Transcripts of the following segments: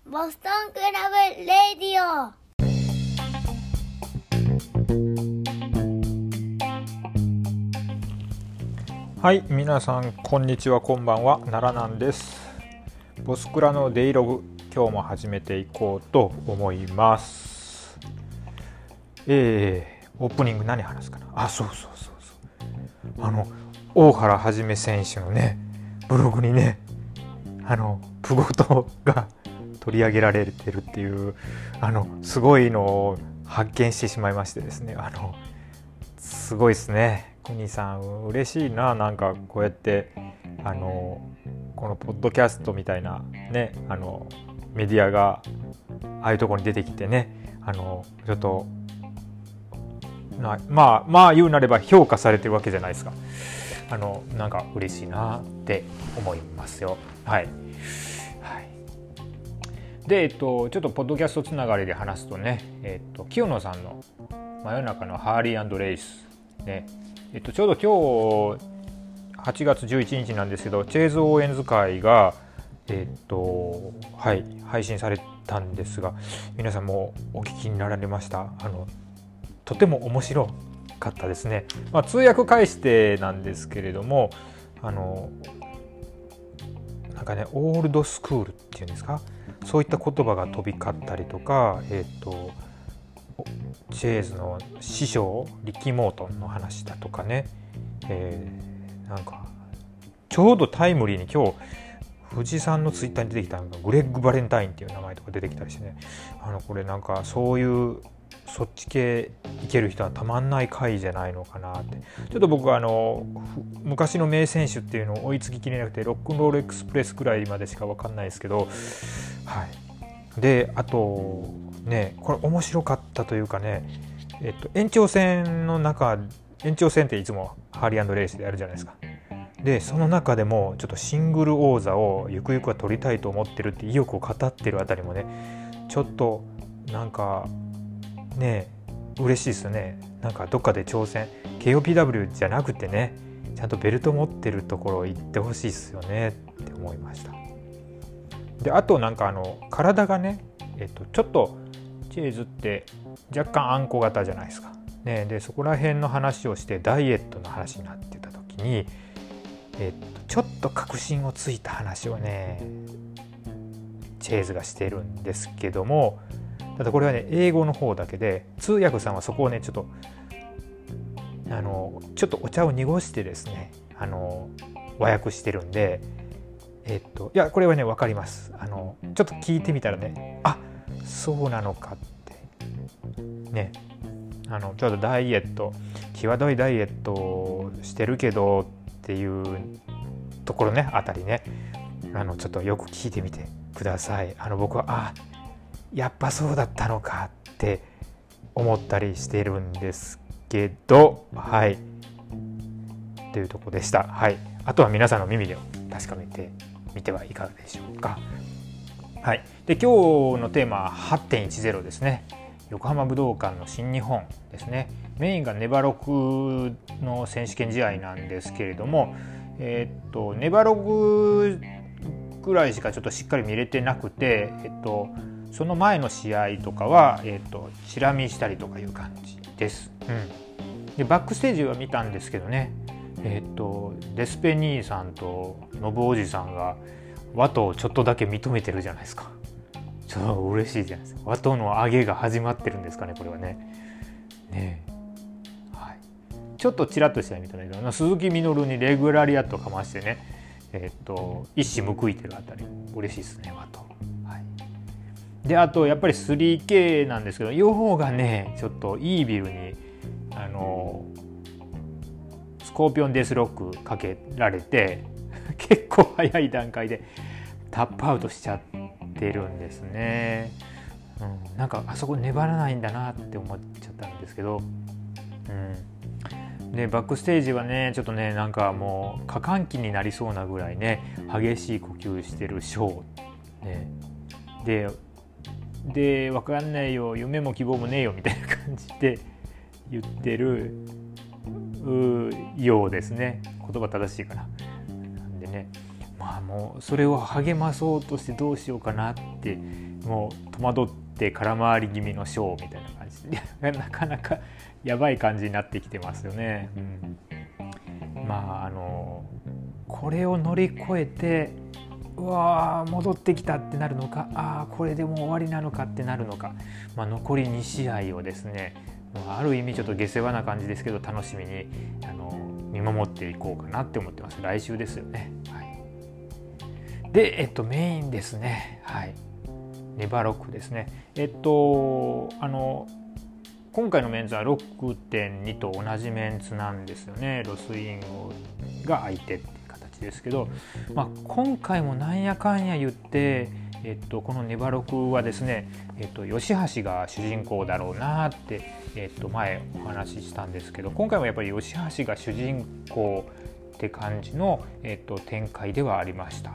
ボストンクラブレディオ。 はい、皆さんこんにちは、こんばんは。奈良なんです。ボスクラのデイログ、今日も始めていこうと思います。オープニング何話すかな。そう大原はじめ選手のねブログにねプゴトが取り上げられてるっていうすごいのを発見してしまいましてですね、すごいですね。クニさん嬉しいな。なんかこうやってこのポッドキャストみたいなねメディアがああいうところに出てきてねちょっとまあ言うなれば評価されてるわけじゃないですか。なんか嬉しいなって思いますよ。はい。でちょっとポッドキャストつながりで話すとね、清野さんの真夜中のハーリー&レイスね、ちょうど今日8月11日なんですけど、チェーズ応援使いが配信されたんですが、皆さんもお聞きになられました？とても面白かったですね。通訳介してなんですけれども、なんかねオールドスクールっていうんですか、そういった言葉が飛び交ったりとか、チェーズの師匠リッキー・モートンの話だとかね、なんかちょうどタイムリーに今日藤井さんのツイッターに出てきたのがグレッグ・バレンタインっていう名前とか出てきたりしてね、これなんかそういうそっち系いける人はたまんない回じゃないのかなって。ちょっと僕は昔の名選手っていうのを追いつききれなくて、ロックンロールエクスプレスくらいまでしか分かんないですけど、はい。であとね、これ面白かったというかね、延長戦っていつもハーリー&レイスでやるじゃないですか。でその中でもちょっとシングル王座をゆくゆくは取りたいと思ってるって意欲を語ってるあたりもね、ちょっとなんかね嬉しいですよね。なんかどっかで挑戦 KOPW じゃなくてね、ちゃんとベルト持ってるところ行ってほしいですよねって思いました。であとなんか体がね、ちょっとチェーズって若干あんこ型じゃないですか、ね、でそこら辺の話をしてダイエットの話になってた時に、ちょっと確信をついた話をねチェーズがしてるんですけども、ただこれはね英語の方だけで、通訳さんはそこをねちょっとお茶を濁してですね和訳してるんで、いやこれはね分かります。ちょっと聞いてみたらね、そうなのかってね、ちょっとダイエット際どいダイエットをしてるけどっていうところねあたりね、ちょっとよく聞いてみてください。僕はやっぱそうだったのかって思ったりしてるんですけど、はいというところでした。はい、あとは皆さんの耳で確かめてみてはいかがでしょうか。はい、で今日のテーマは 8.10 ですね。横浜武道館の新日本ですね。メインがネバロクの選手権試合なんですけれども、ネバロクぐらいしかちょっとしっかり見れてなくて、その前の試合とかは、チラ見したりとかいう感じです。でバックステージは見たんですけどね、デスペ兄さんとノブおじさんがワトをちょっとだけ認めてるじゃないですか。ちょっと嬉しいじゃないですか。ワトの上げが始まってるんですかね、これはね。はい、ちょっとちらっとしたら見たんだけど、鈴木みのるにレグラリアットかましてね、一矢報いてるあたり嬉しいですね、ワト。であとやっぱり 3K なんですけど、ヨホがねちょっとイービルにスコーピオンデスロックかけられて結構早い段階でタップアウトしちゃってるんですね。なんかあそこ粘らないんだなって思っちゃったんですけど、でバックステージはねちょっとねなんかもう過換気になりそうなぐらいね激しい呼吸してるショー、ね、で分かんないよ、夢も希望もねえよみたいな感じで言ってるようですね。言葉正しいかな。なんでね、 もうそれを励まそうとしてどうしようかなってもう戸惑って空回り気味のショーみたいな感じでなかなかやばい感じになってきてますよね。これを乗り越えてうわー戻ってきたってなるのか、これでもう終わりなのかってなるのか、残り2試合をですね、ある意味ちょっと下世話な感じですけど楽しみに見守っていこうかなって思ってます。来週ですよね。で、メインですね。ネバロックですね。今回のメンズは 6.2 と同じメンツなんですよね。ロスインゴが相手っていう形ですけど、今回もなんやかんや言って、このネバロクはですね、吉橋が主人公だろうなって、前お話ししたんですけど、今回もやっぱり吉橋が主人公って感じの、展開ではありました。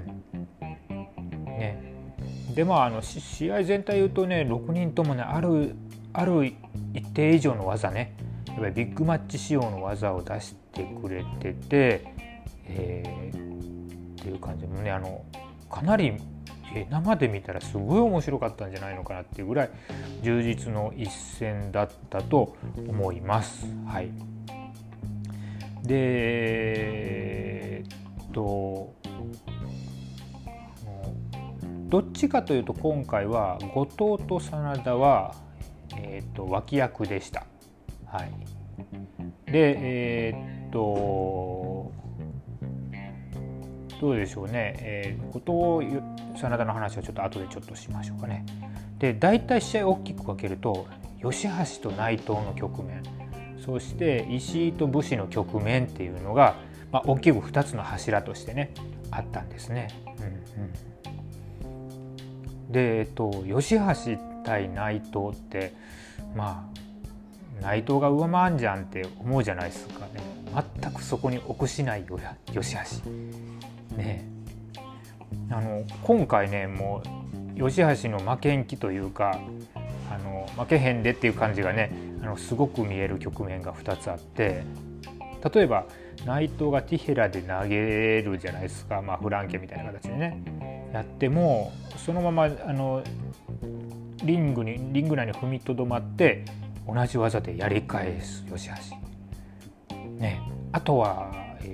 で試合全体言うとね、6人ともねある一定以上の技ね、やっぱりビッグマッチ仕様の技を出してくれてて、っていう感じもねかなり生で見たらすごい面白かったんじゃないのかなっていうぐらい充実の一戦だったと思います。でどっちかというと今回は後藤と真田は、脇役でした。でどうでしょうね、後藤真田の話はちょっと後でちょっとしましょうかね。で大体試合を大きく分けると吉橋と内藤の局面、そして石井と武士の局面っていうのが、大きく2つの柱としてねあったんですね。で吉橋対内藤って内藤が上回んじゃんって思うじゃないですかね。全くそこに臆しない吉橋ね。今回ねもう吉橋の負けん気というか負けへんでっていう感じがねすごく見える局面が2つあって、例えば内藤がティヘラで投げるじゃないですか、フランケみたいな形でねやってもそのままリング内に踏みとどまって同じ技でやり返す吉橋ね。あとは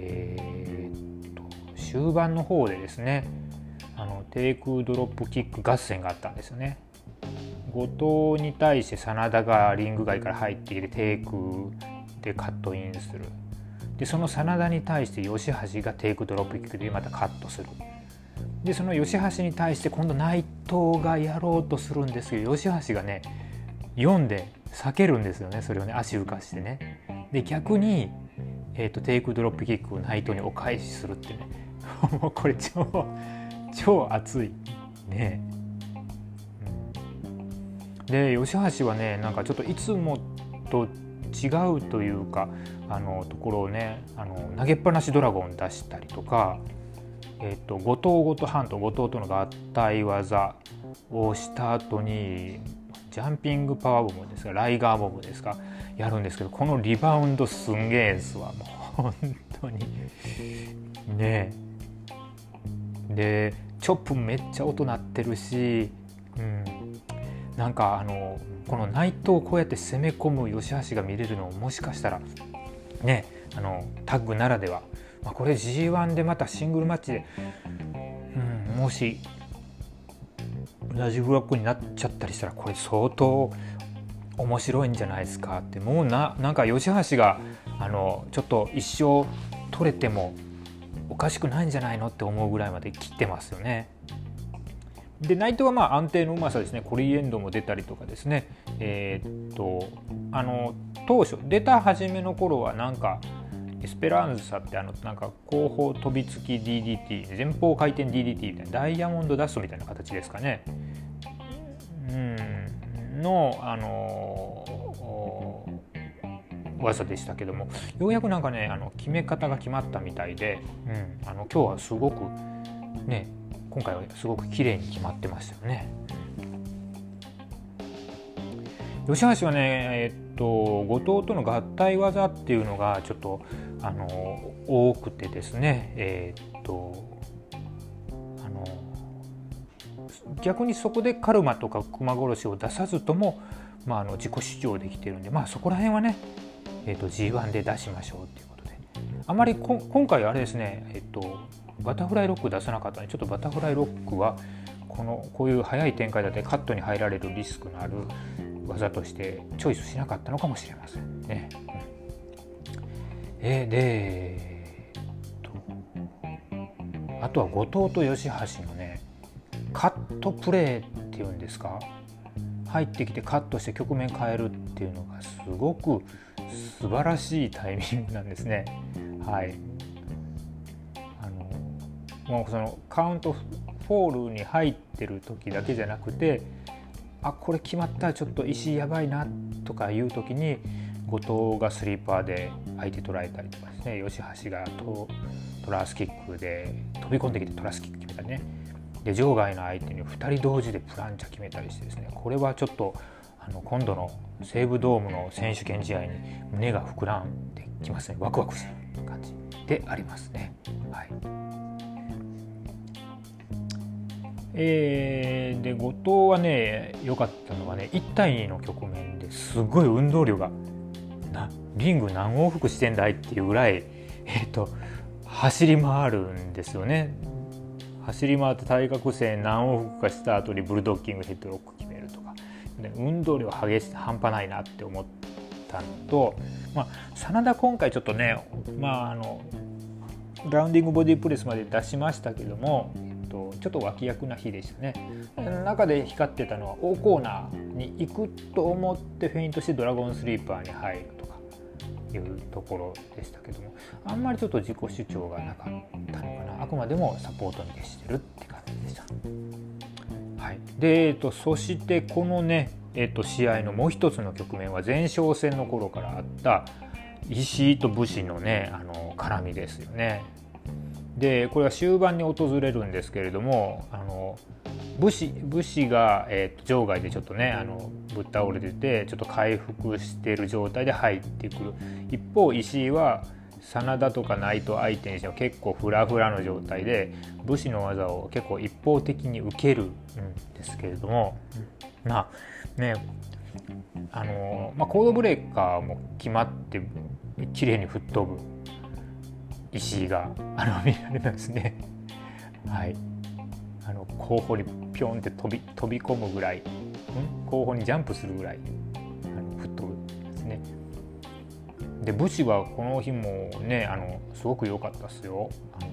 終盤の方でですね低空ドロップキック合戦があったんですよね。後藤に対して真田がリング外から入ってきて低空でカットインする。でその真田に対して吉橋が低空ドロップキックでまたカットする。でその吉橋に対して今度内藤がやろうとするんですけど、吉橋がね読んで避けるんですよね。それをね足浮かしてね。で逆に、テイクドロップキックを内藤にお返しするってねもうこれ超熱いね。で吉橋はねなんかちょっといつもと違うというかところをね投げっぱなしドラゴン出したりとか、後藤半島後藤との合体技をした後にジャンピングパワーボムですかライガーボムですかやるんですけど、このリバウンドすんげえですわもう本当にね。でチョップもめっちゃ音鳴ってるし、なんかこの内藤をこうやって攻め込む吉橋が見れるのももしかしたらねタッグならでは、これ G1 でまたシングルマッチで、もし同じブロックになっちゃったりしたらこれ相当面白いんじゃないですかって、もうなんか吉橋がちょっと一生取れてもおかしくないんじゃないのって思うぐらいまで切ってますよね。で内藤は安定のうまさですね。コリエンドも出たりとかですね、当初出た初めの頃はなんかエスペランザってなんか後方飛びつき DDT 前方回転 DDT みたいなダイヤモンドダストみたいな形ですかねの技でしたけども、ようやくなんかね決め方が決まったみたいで、今日はすごくね今回はすごく綺麗に決まってましたよね。吉橋はね、後藤との合体技っていうのがちょっと多くてですね、 逆にそこでカルマとか熊殺しを出さずとも、自己主張できてるんで、そこら辺はね、G1 で出しましょうということで、あまり今回あれですね、バタフライロック出さなかったので、ちょっとバタフライロックはこういう早い展開だってカットに入られるリスクのある技としてチョイスしなかったのかもしれませんね。あとは後藤と吉橋のね、カットプレーっていうんですか、入ってきてカットして局面変えるっていうのがすごく素晴らしいタイミングなんですね。はい。もうそのカウントフォールに入ってる時だけじゃなくて、これ決まったらちょっと石やばいなとかいう時に後藤がスリーパーで相手捉えたりとかですね、吉橋がトラスキックで飛び込んできてトラスキック決めたりね、で場外の相手に2人同時でプランチャ決めたりしてですね、これはちょっと今度の西武ドームの選手権試合に胸が膨らんできますね。ワクワクする感じでありますね。はい。で後藤はね、良かったのはね、1対2の局面ですごい運動量がリング何往復してんだいっていうぐらい、走り回るんですよね。走り回って対角線何往復かした後にブルドッキングヘッドロック決めるとかで、運動量半端ないなって思ったのと、真田今回ちょっとね、ラウンディングボディプレスまで出しましたけども、ちょっと脇役な日でしたね。中で光ってたのは大コーナーに行くと思ってフェイントしてドラゴンスリーパーに入るとかいうところでしたけども、あんまりちょっと自己主張がなかったのかな。あくまでもサポートに徹してるって感じでした。はい。で、そしてこのね、試合のもう一つの局面は前哨戦の頃からあった石井と武士のね、絡みですよね。でこれは終盤に訪れるんですけれども、武士が、場外でちょっとねぶっ倒れててちょっと回復している状態で入ってくる。一方石井は真田とか内藤相手にしても結構フラフラの状態で武士の技を結構一方的に受けるんですけれども、コードブレーカーも決まって綺麗に吹っ飛ぶ石井が見られますね。はい。後方にピョンって飛び込むぐらい、後方にジャンプするぐらい吹っ飛ぶんですね。で武士はこの日もねすごく良かったですよ。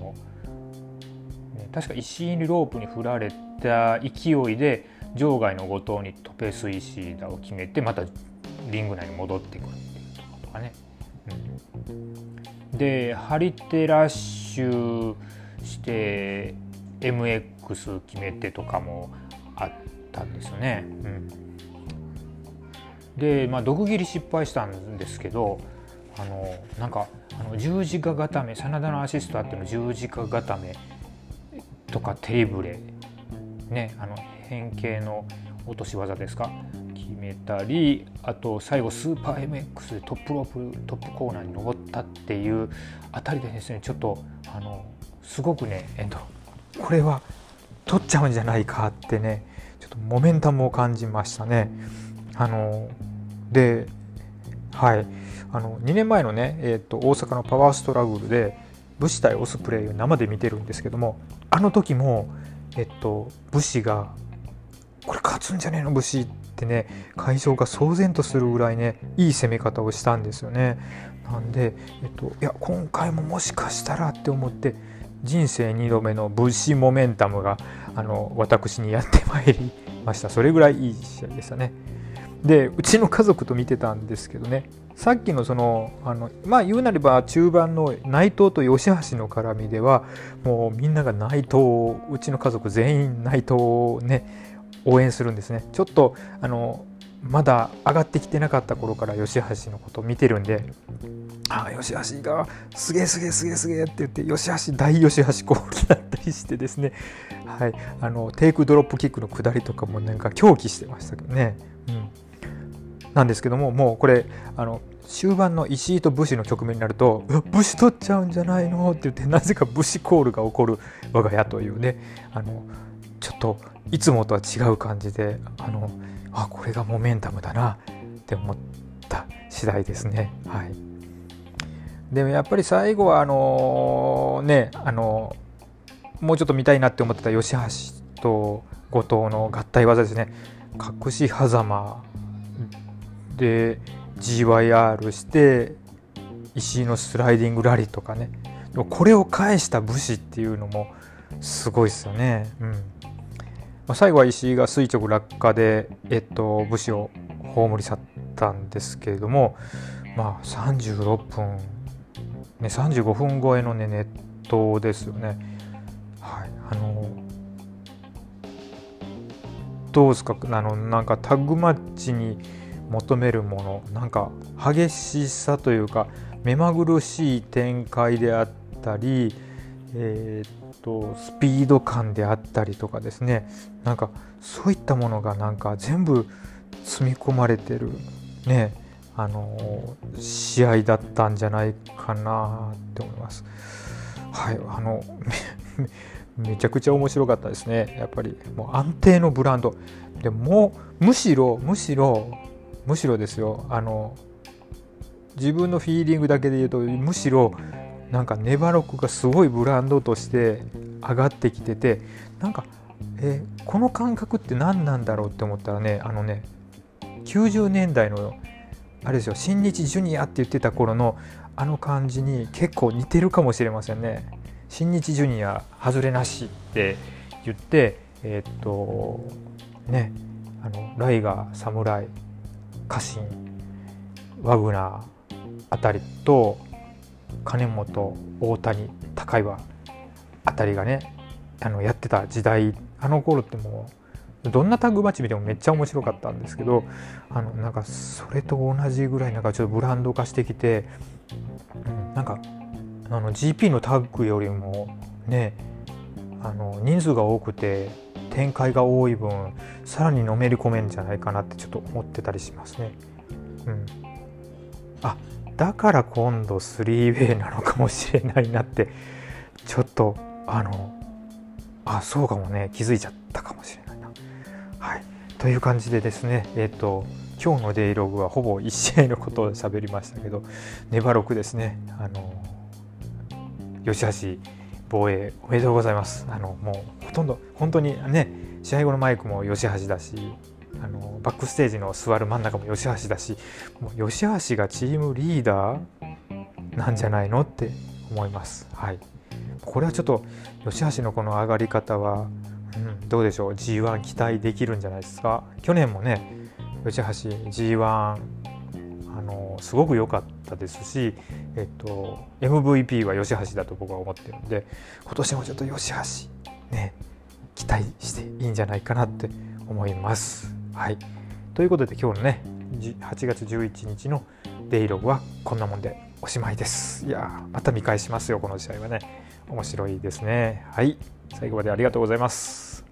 確か石井にロープに振られた勢いで場外の後藤にトペス石田を決めてまたリング内に戻ってくるっていうところとかね。で張り手ラッシュして MX 決めてとかもあったんですよね。で毒斬り失敗したんですけど、十字架固め、真田のアシストあっての十字架固めとかテリブレね、変形の落とし技ですか決めたり、あと最後スーパー MX でトップコーナーに登ったっていうあたりでですね、ちょっとすごくね、これは取っちゃうんじゃないかってね、ちょっとモメンタムを感じましたね。で、はい、2年前のね、大阪のパワーストラグルで武士対オスプレイを生で見てるんですけども、あの時も、武士がこれ勝つんじゃねえの武士ってね、会場が騒然とするぐらいね、いい攻め方をしたんですよね。なんで、いや今回ももしかしたらって思って、人生2度目の武士モメンタムが私にやってまいりました。それぐらいいい試合でしたね。でうちの家族と見てたんですけどね、さっきの言うなれば中盤の内藤と吉橋の絡みではもうみんなが内藤を、うちの家族全員内藤をね応援するんですね。ちょっとまだ上がってきてなかった頃から吉橋のことを見てるんで、吉橋がすげえすげえすげえすげえって言って吉橋大吉橋攻撃だったりしてですね、はい、テイクドロップキックの下りとかもなんか狂気してましたけどね。なんですけども、もうこれ終盤の石井と武士の局面になると武士取っちゃうんじゃないのって言って、なぜか武士コールが起こる我が家というね、ちょっといつもとは違う感じでこれがモメンタムだなって思った次第ですね。はい。でもやっぱり最後はもうちょっと見たいなって思ってた吉橋と後藤の合体技ですね。隠し狭間で GYR して石井のスライディングラリーとかね、これを返した武士っていうのもすごいですよね。最後は石井が垂直落下で、武士を葬り去ったんですけれども、36分、ね、35分超えのね熱闘ですよね。はい、どうですか、なんかタッグマッチに求めるもの、なんか激しさというか目まぐるしい展開であったり、スピード感であったりとかですね、なんかそういったものがなんか全部積み込まれてるね、試合だったんじゃないかなって思います。はい、めちゃくちゃ面白かったですね。やっぱりもう安定のブランドでもうむしろですよ、自分のフィーリングだけで言うと、むしろなんかネバロクがすごいブランドとして上がってきてて、なんか、この感覚って何なんだろうって思ったらね、90年代のあれですよ、新日ジュニアって言ってた頃の感じに結構似てるかもしれませんね。新日ジュニア外れなしって言ってライガー、侍、家臣、ワグナーあたりと金本、大谷、高岩あたりがねやってた時代、頃ってもうどんなタッグマッチ見てもめっちゃ面白かったんですけど、なんかそれと同じぐらいなんかちょっとブランド化してきて、なんかGP のタッグよりもね人数が多くて展開が多い分さらにのめり込めるんじゃないかなってちょっと思ってたりしますね。だから今度 3way なのかもしれないなってちょっとそうかもね、気づいちゃったかもしれないな。はい、という感じでですね、今日のデイログはほぼ1試合のことを喋りましたけど、ネバ6ですね、吉橋防衛おめでとうございます。もうほとんど本当にね、試合後のマイクも吉橋だし、バックステージの座る真ん中も吉橋だし、もう吉橋がチームリーダーなんじゃないのって思います。はい、これはちょっと吉橋のこの上がり方は、どうでしょう、 G1 期待できるんじゃないですか。去年もね吉橋 G1 すごく良かったですし、MVP は吉橋だと僕は思ってるので、今年もちょっと吉橋ね期待していいんじゃないかなって思います。はい、ということで今日のね8月11日のデイログはこんなもんでおしまいです。いやまた見返しますよ、この試合はね面白いですね。はい、最後までありがとうございます。